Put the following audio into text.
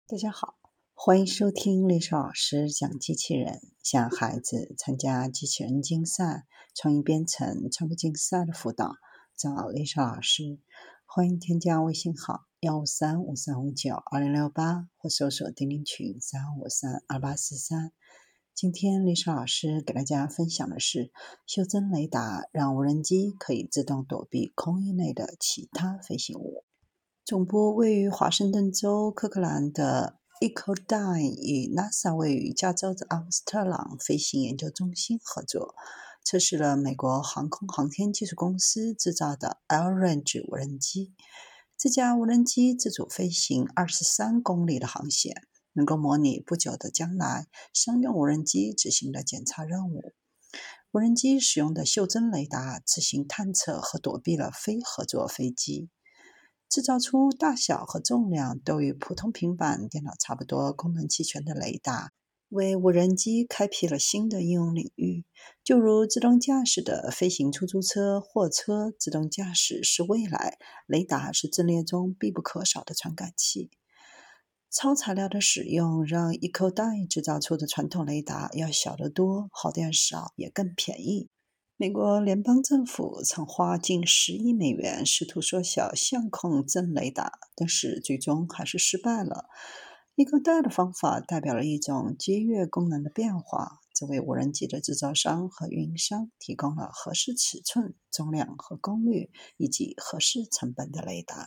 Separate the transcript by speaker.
Speaker 1: 大家好，欢迎收听历史老师讲机器人，向孩子参加机器人竞赛、创意编程、创客竞赛的辅导，找历史老师。欢迎添加微信号15353592068或搜索钉钉群35532843。今天历史老师给大家分享的是，袖珍雷达让无人机可以自动躲避空域内的其他飞行物。总部位于华盛顿州科克兰的 Ecodyne 与 NASA 位于加州的阿姆斯特朗飞行研究中心合作，测试了美国航空航天技术公司制造的 L-Range 无人机。这架无人机自主飞行23公里的航线，能够模拟不久的将来商用无人机执行的检查任务。无人机使用的袖珍雷达执行探测和躲避了非合作飞机。制造出大小和重量都与普通平板电脑差不多、功能齐全的雷达，为无人机开辟了新的应用领域。就如自动驾驶的飞行出租车、货车，自动驾驶是未来，雷达是阵列中必不可少的传感器。超材料的使用让 Ecodyne 制造出的传统雷达要小得多，耗电少，也更便宜。美国联邦政府曾花近10亿美元试图缩小相控阵雷达，但是最终还是失败了。Ecodyne 的方法代表了一种节约功能的变化，这为无人机的制造商和运营商提供了合适尺寸、重量和功率以及合适成本的雷达。